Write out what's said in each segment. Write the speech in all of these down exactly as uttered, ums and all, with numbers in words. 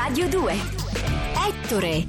Radio due. Ettore.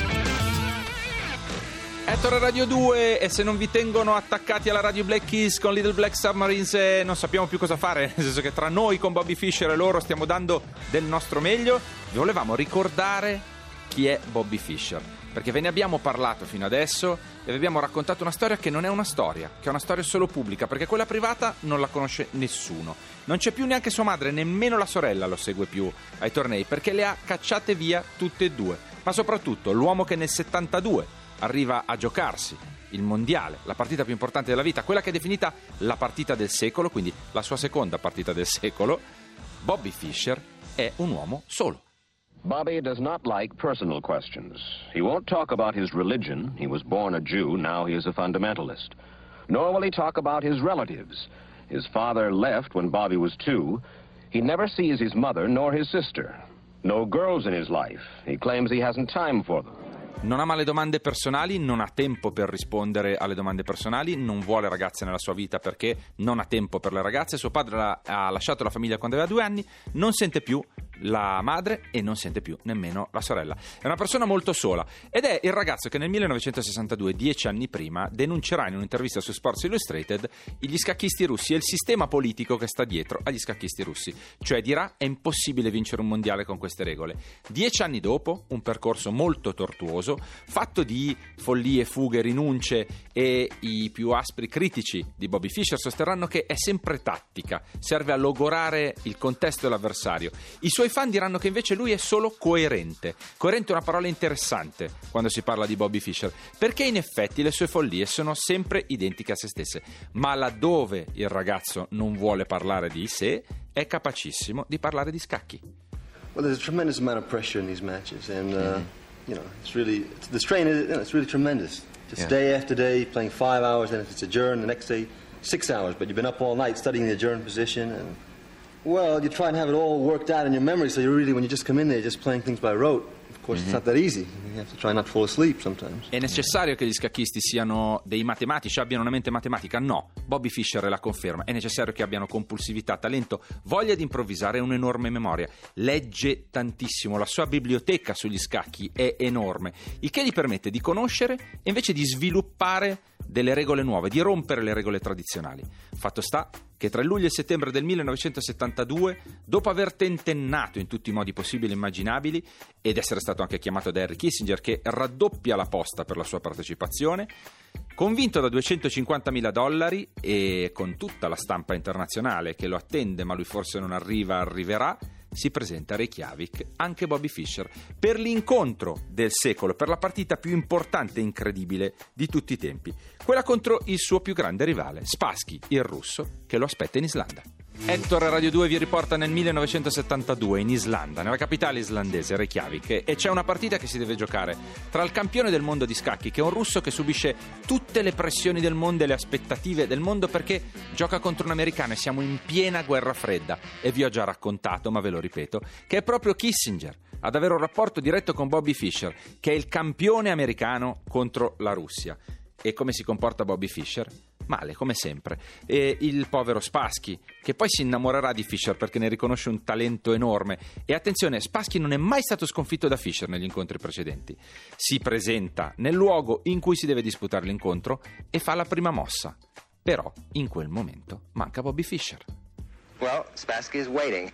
Ettore Radio due, e se non vi tengono attaccati alla Radio Black Keys con Little Black Submarines eh, non sappiamo più cosa fare, nel senso che tra noi con Bobby Fischer e loro stiamo dando del nostro meglio. Vi volevamo ricordare chi è Bobby Fischer, perché ve ne abbiamo parlato fino adesso e vi abbiamo raccontato una storia che non è una storia, che è una storia solo pubblica, perché quella privata non la conosce nessuno. Non c'è più neanche sua madre, nemmeno la sorella lo segue più ai tornei, perché le ha cacciate via tutte e due. Ma soprattutto l'uomo che nel settantadue arriva a giocarsi il mondiale, la partita più importante della vita, quella che è definita la partita del secolo, quindi la sua seconda partita del secolo. Bobby Fischer è un uomo solo. Bobby does not like personal questions. He won't talk about his religion. He was born a Jew, now he is a fundamentalist. Nor will he talk about his relatives. His father left when Bobby was two. He never sees his mother nor his sister. No girls in his life. He claims he hasn't time for them. Non ama le domande personali, non ha tempo per rispondere alle domande personali, non vuole ragazze nella sua vita perché non ha tempo per le ragazze. Suo padre ha lasciato la famiglia quando aveva due anni, non sente più la madre e non sente più nemmeno la sorella. È una persona molto sola ed è il ragazzo che nel millenovecentosessantadue, dieci anni prima, denuncerà in un'intervista su Sports Illustrated gli scacchisti russi e il sistema politico che sta dietro agli scacchisti russi. Cioè dirà: è impossibile vincere un mondiale con queste regole. Dieci anni dopo, un percorso molto tortuoso, fatto di follie, fughe, rinunce, e i più aspri critici di Bobby Fischer sosterranno che è sempre tattica, serve a logorare il contesto e l'avversario. I suoi fan diranno che invece lui è solo coerente. Coerente è una parola interessante quando si parla di Bobby Fischer, perché in effetti le sue follie sono sempre identiche a se stesse, ma laddove il ragazzo non vuole parlare di sé è capacissimo di parlare di scacchi. Well, there's a tremendous amount of pressure in these matches, and uh, mm-hmm. you know, it's really it's, the strain is, you know, it's really tremendous. Just yeah. day after day, playing five hours, then if it's adjourned, the next day six hours, but you've been up all night studying the adjourned position, and well, you try and have it all worked out in your memory, so you really, when you just come in there, you're just playing things by rote. Of course, mm-hmm. it's not that easy. You have to try not to fall asleep sometimes. È necessario che gli scacchisti siano dei matematici, abbiano una mente matematica? No. Bobby Fischer la conferma. È necessario che abbiano compulsività, talento, voglia di improvvisare e un'enorme memoria. Legge tantissimo, la sua biblioteca sugli scacchi è enorme, il che gli permette di conoscere e invece di sviluppare delle regole nuove, di rompere le regole tradizionali. Fatto sta che tra il luglio e il settembre del millenovecentosettantadue, dopo aver tentennato in tutti i modi possibili e immaginabili ed essere stato anche chiamato da Henry Kissinger, che raddoppia la posta per la sua partecipazione, convinto da duecentocinquantamila dollari e con tutta la stampa internazionale che lo attende, ma lui forse non arriva, arriverà, si presenta a Reykjavik anche Bobby Fischer per l'incontro del secolo, per la partita più importante e incredibile di tutti i tempi, quella contro il suo più grande rivale, Spassky, il russo, che lo aspetta in Islanda. Ettore Radio due vi riporta nel millenovecentosettantadue in Islanda, nella capitale islandese, Reykjavik, e c'è una partita che si deve giocare tra il campione del mondo di scacchi, che è un russo che subisce tutte le pressioni del mondo e le aspettative del mondo perché gioca contro un americano e siamo in piena guerra fredda, e vi ho già raccontato, ma ve lo ripeto, che è proprio Kissinger ad avere un rapporto diretto con Bobby Fischer, che è il campione americano contro la Russia. E come si comporta Bobby Fischer? Male, come sempre. E il povero Spassky, che poi si innamorerà di Fischer perché ne riconosce un talento enorme. E attenzione, Spassky non è mai stato sconfitto da Fischer negli incontri precedenti. Si presenta nel luogo in cui si deve disputare l'incontro e fa la prima mossa. Però in quel momento manca Bobby Fischer. Well, Spassky is waiting.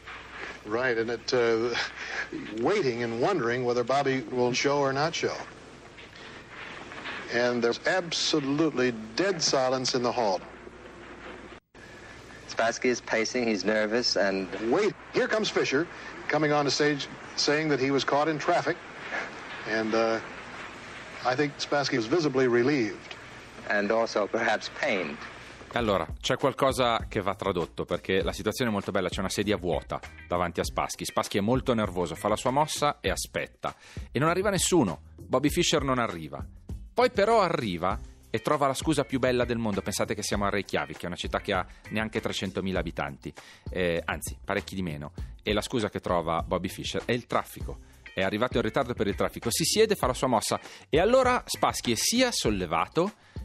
Right, and it uh, waiting and wondering whether Bobby will show or not show. And there's absolutely dead silence in the hall. Spassky is pacing, he's nervous, and... Wait, here comes Fischer, coming on the stage saying that he was caught in traffic. And uh, I think Spassky was visibly relieved. And also perhaps pained. Allora, c'è qualcosa che va tradotto, perché la situazione è molto bella, c'è una sedia vuota davanti a Spassky. Spassky è molto nervoso, fa la sua mossa e aspetta. E non arriva nessuno, Bobby Fischer non arriva. Poi però arriva e trova la scusa più bella del mondo. Pensate che siamo a Reykjavik, che è una città che ha neanche trecentomila abitanti, eh, anzi parecchi di meno, e la scusa che trova Bobby Fischer è il traffico. È arrivato in ritardo per il traffico, si siede, fa la sua mossa, e allora Spassky è sia sollevato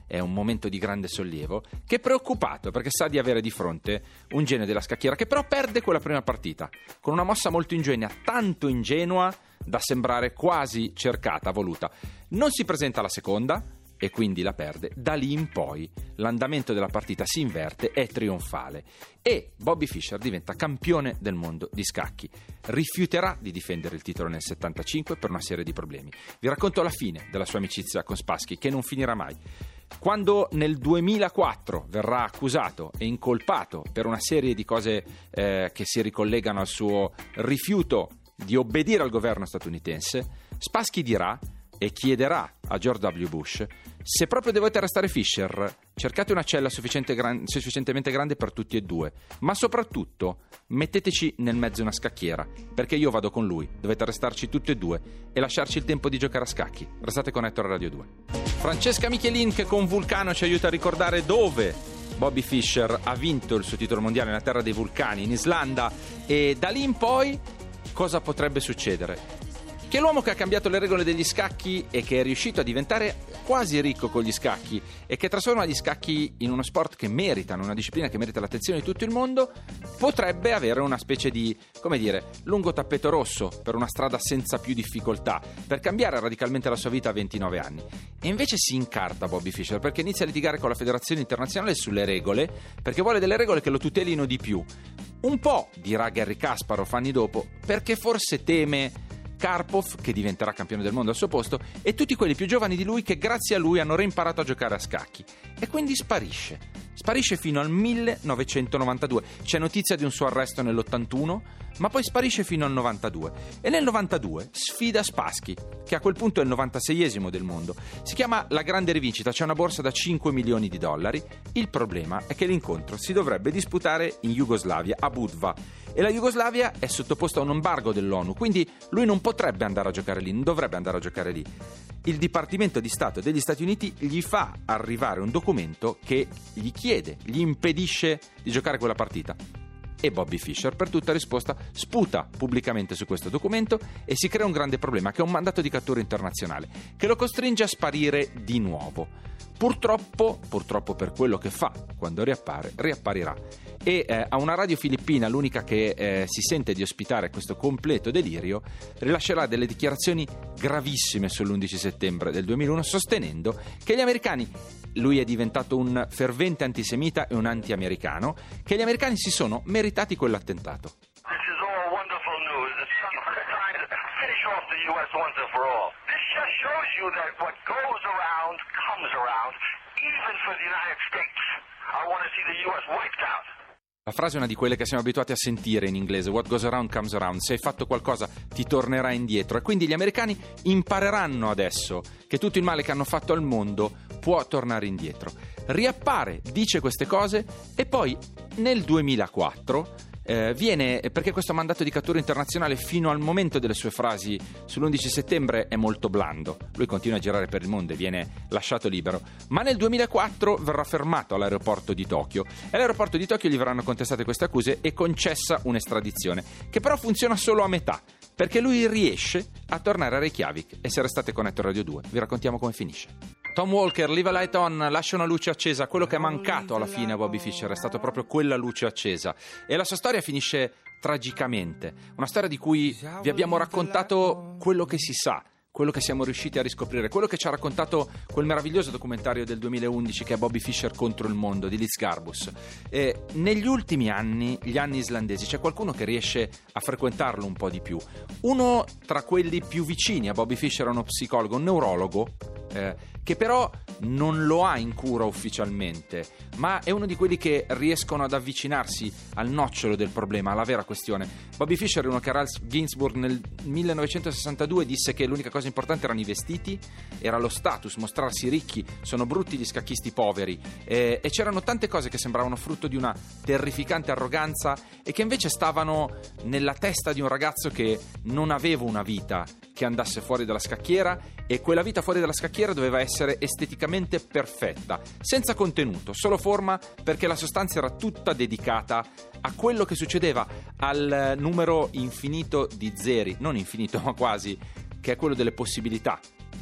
è un momento di grande sollievo, che è preoccupato perché sa di avere di fronte un genio della scacchiera che però perde quella prima partita con una mossa molto ingenua, tanto ingenua da sembrare quasi cercata, voluta. Non si presenta alla seconda e quindi la perde. Da lì in poi l'andamento della partita si inverte, è trionfale e Bobby Fischer diventa campione del mondo di scacchi. Rifiuterà di difendere il titolo nel settantacinque per una serie di problemi. Vi racconto la fine della sua amicizia con Spassky, che non finirà mai. Quando nel duemilaquattro verrà accusato e incolpato per una serie di cose eh, che si ricollegano al suo rifiuto di obbedire al governo statunitense, Spassky dirà e chiederà a George W. Bush: se proprio dovete arrestare Fischer, cercate una cella sufficiente gran- sufficientemente grande per tutti e due, ma soprattutto metteteci nel mezzo una scacchiera, perché io vado con lui, dovete arrestarci tutti e due e lasciarci il tempo di giocare a scacchi. Restate con Ettore Radio due. Francesca Michelin, che con Vulcano ci aiuta a ricordare dove Bobby Fischer ha vinto il suo titolo mondiale, nella terra dei vulcani, in Islanda, e da lì in poi cosa potrebbe succedere? Che l'uomo che ha cambiato le regole degli scacchi e che è riuscito a diventare quasi ricco con gli scacchi e che trasforma gli scacchi in uno sport che merita, una disciplina che merita l'attenzione di tutto il mondo, potrebbe avere una specie di, come dire, lungo tappeto rosso per una strada senza più difficoltà, per cambiare radicalmente la sua vita a ventinove anni. E invece si incarta Bobby Fischer perché inizia a litigare con la Federazione Internazionale sulle regole, perché vuole delle regole che lo tutelino di più. Un po', dirà Garry Kasparov anni dopo, perché forse teme Karpov, che diventerà campione del mondo al suo posto, e tutti quelli più giovani di lui che grazie a lui hanno reimparato a giocare a scacchi. E quindi sparisce. Sparisce fino al millenovecentonovantadue. C'è notizia di un suo arresto nell'ottantuno, ma poi sparisce fino al novantadue. E nel novantadue sfida Spassky, che a quel punto è il novantaseiesimo del mondo. Si chiama La Grande Rivincita, c'è una borsa da cinque milioni di dollari. Il problema è che l'incontro si dovrebbe disputare in Jugoslavia, a Budva. E la Jugoslavia è sottoposta a un embargo dell'ONU, quindi lui non potrebbe andare a giocare lì, non dovrebbe andare a giocare lì. Il Dipartimento di Stato degli Stati Uniti gli fa arrivare un documento che gli chiede, gli impedisce di giocare quella partita. E Bobby Fischer, per tutta risposta, sputa pubblicamente su questo documento e si crea un grande problema, che è un mandato di cattura internazionale, che lo costringe a sparire di nuovo. Purtroppo, purtroppo per quello che fa, quando riappare, riapparirà. E eh, a una radio filippina, l'unica che eh, si sente di ospitare questo completo delirio, rilascerà delle dichiarazioni gravissime sull'undici settembre del duemilauno, sostenendo che gli americani, lui è diventato un fervente antisemita e un anti-americano, che gli americani si sono meritati quell'attentato. This is all wonderful news. It's time to finish off the U S once and for all. This just shows you that what goes around comes around, even for the United States. I want to see the U S wiped out. La frase è una di quelle che siamo abituati a sentire in inglese: what goes around comes around. Se hai fatto qualcosa ti tornerà indietro. E quindi gli americani impareranno adesso che tutto il male che hanno fatto al mondo può tornare indietro. Riappare, dice queste cose e poi nel duemilaquattro eh, viene, perché questo mandato di cattura internazionale fino al momento delle sue frasi sull'undici settembre è molto blando. Lui continua a girare per il mondo e viene lasciato libero. Ma nel duemilaquattro verrà fermato all'aeroporto di Tokyo e all'aeroporto di Tokyo gli verranno contestate queste accuse e concessa un'estradizione, che però funziona solo a metà, perché lui riesce a tornare a Reykjavik. E se restate con Ettore Radio due vi raccontiamo come finisce. Tom Walker, Leave a Light On, lascia una luce accesa. Quello che è mancato alla fine a Bobby Fischer è stato proprio quella luce accesa, e la sua storia finisce tragicamente, una storia di cui vi abbiamo raccontato quello che si sa, quello che siamo riusciti a riscoprire, quello che ci ha raccontato quel meraviglioso documentario del duemilaundici che è Bobby Fischer contro il mondo di Liz Garbus. E negli ultimi anni, gli anni islandesi, c'è qualcuno che riesce a frequentarlo un po' di più. Uno tra quelli più vicini a Bobby Fischer è uno psicologo, un neurologo, eh, che però non lo ha in cura ufficialmente, ma è uno di quelli che riescono ad avvicinarsi al nocciolo del problema, alla vera questione. Bobby Fischer è uno che Ralph Ginzburg nel millenovecentosessantadue disse che l'unica cosa importante erano i vestiti, era lo status, mostrarsi ricchi, sono brutti gli scacchisti poveri, eh, e c'erano tante cose che sembravano frutto di una terrificante arroganza e che invece stavano nella testa di un ragazzo che non aveva una vita che andasse fuori dalla scacchiera, e quella vita fuori dalla scacchiera doveva essere esteticamente perfetta, senza contenuto, solo forma, perché la sostanza era tutta dedicata a quello che succedeva, al numero infinito di zeri, non infinito ma quasi, che è quello delle possibilità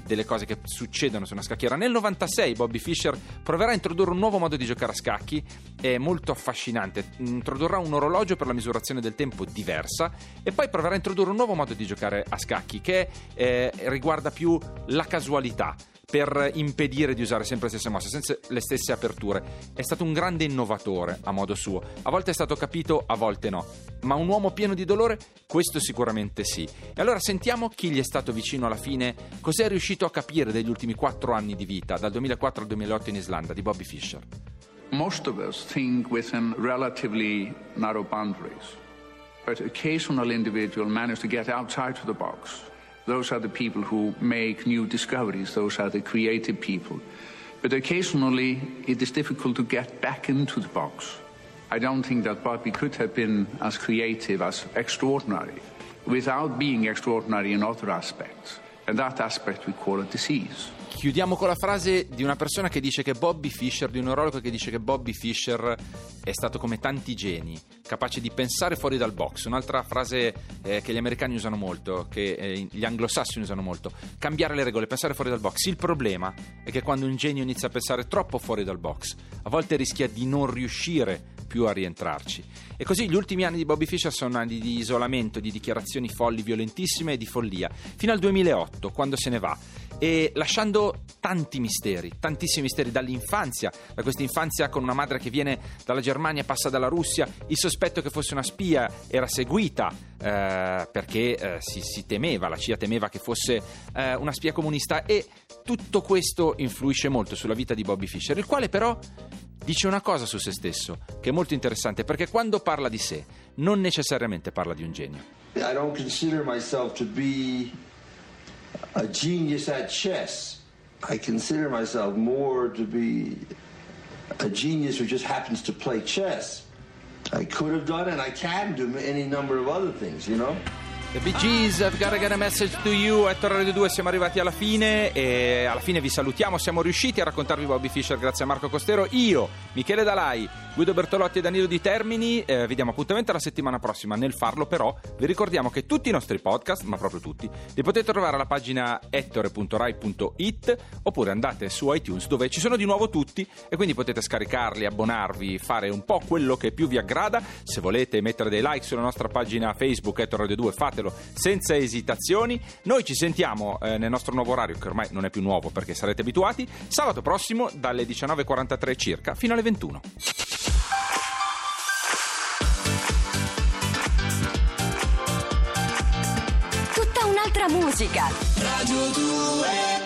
delle cose che succedono su una scacchiera. Nel novantasei Bobby Fischer proverà a introdurre un nuovo modo di giocare a scacchi, è molto affascinante. Introdurrà un orologio per la misurazione del tempo diversa e poi proverà a introdurre un nuovo modo di giocare a scacchi che eh, riguarda più la casualità, per impedire di usare sempre le stesse mosse, senza le stesse aperture. È stato un grande innovatore a modo suo. A volte è stato capito, a volte no. Ma un uomo pieno di dolore? Questo sicuramente sì. E allora sentiamo chi gli è stato vicino alla fine, cos'è riuscito a capire degli ultimi quattro anni di vita, dal duemilaquattro al duemilaotto in Islanda, di Bobby Fischer. Most of us think within relatively narrow boundaries, but occasional individual manage to get outside of the box. Those are the people who make new discoveries. Those are the creative people. But occasionally, it is difficult to get back into the box. I don't think that Bobby could have been as creative, as extraordinary, without being extraordinary in other aspects. And that aspect we call a disease. Chiudiamo con la frase di una persona che dice che Bobby Fischer, di un neurologo che dice che Bobby Fischer è stato come tanti geni, capace di pensare fuori dal box. Un'altra frase eh, che gli americani usano molto, che eh, gli anglosassoni usano molto: cambiare le regole, pensare fuori dal box. Il problema è che quando un genio inizia a pensare troppo fuori dal box, a volte rischia di non riuscire più a rientrarci. E così gli ultimi anni di Bobby Fischer sono anni di isolamento, di dichiarazioni folli, violentissime e di follia, fino al duemilaotto, quando se ne va, e lasciando tanti misteri, tantissimi misteri dall'infanzia, da questa infanzia con una madre che viene dalla Germania, passa dalla Russia, il sospetto che fosse una spia, era seguita eh, perché eh, si, si temeva, la C I A temeva che fosse eh, una spia comunista, e tutto questo influisce molto sulla vita di Bobby Fischer, il quale però dice una cosa su se stesso che è molto interessante, perché quando parla di sé non necessariamente parla di un genio. I don't consider myself to be a genius at chess. I consider myself more to be a genius who just happens to play chess. I could have done and I can do any number of other things, you know? The Bee Gees, I've gotta get a message to you. Ettore Radio due, siamo arrivati alla fine e alla fine vi salutiamo. Siamo riusciti a raccontarvi Bobby Fischer grazie a Marco Costero, io, Michele Dalai, Guido Bertolotti e Danilo Di Termini. Eh, vi diamo appuntamento la settimana prossima. Nel farlo però vi ricordiamo che tutti i nostri podcast, ma proprio tutti, li potete trovare alla pagina ettore punto rai punto it, oppure andate su iTunes dove ci sono di nuovo tutti e quindi potete scaricarli, abbonarvi, fare un po' quello che più vi aggrada. Se volete mettere dei like sulla nostra pagina Facebook Ettore Radio due, fatelo senza esitazioni. Noi ci sentiamo eh, nel nostro nuovo orario, che ormai non è più nuovo perché sarete abituati, sabato prossimo dalle diciannove e quarantatré circa fino alle ventuno. Tutta un'altra musica. Radio due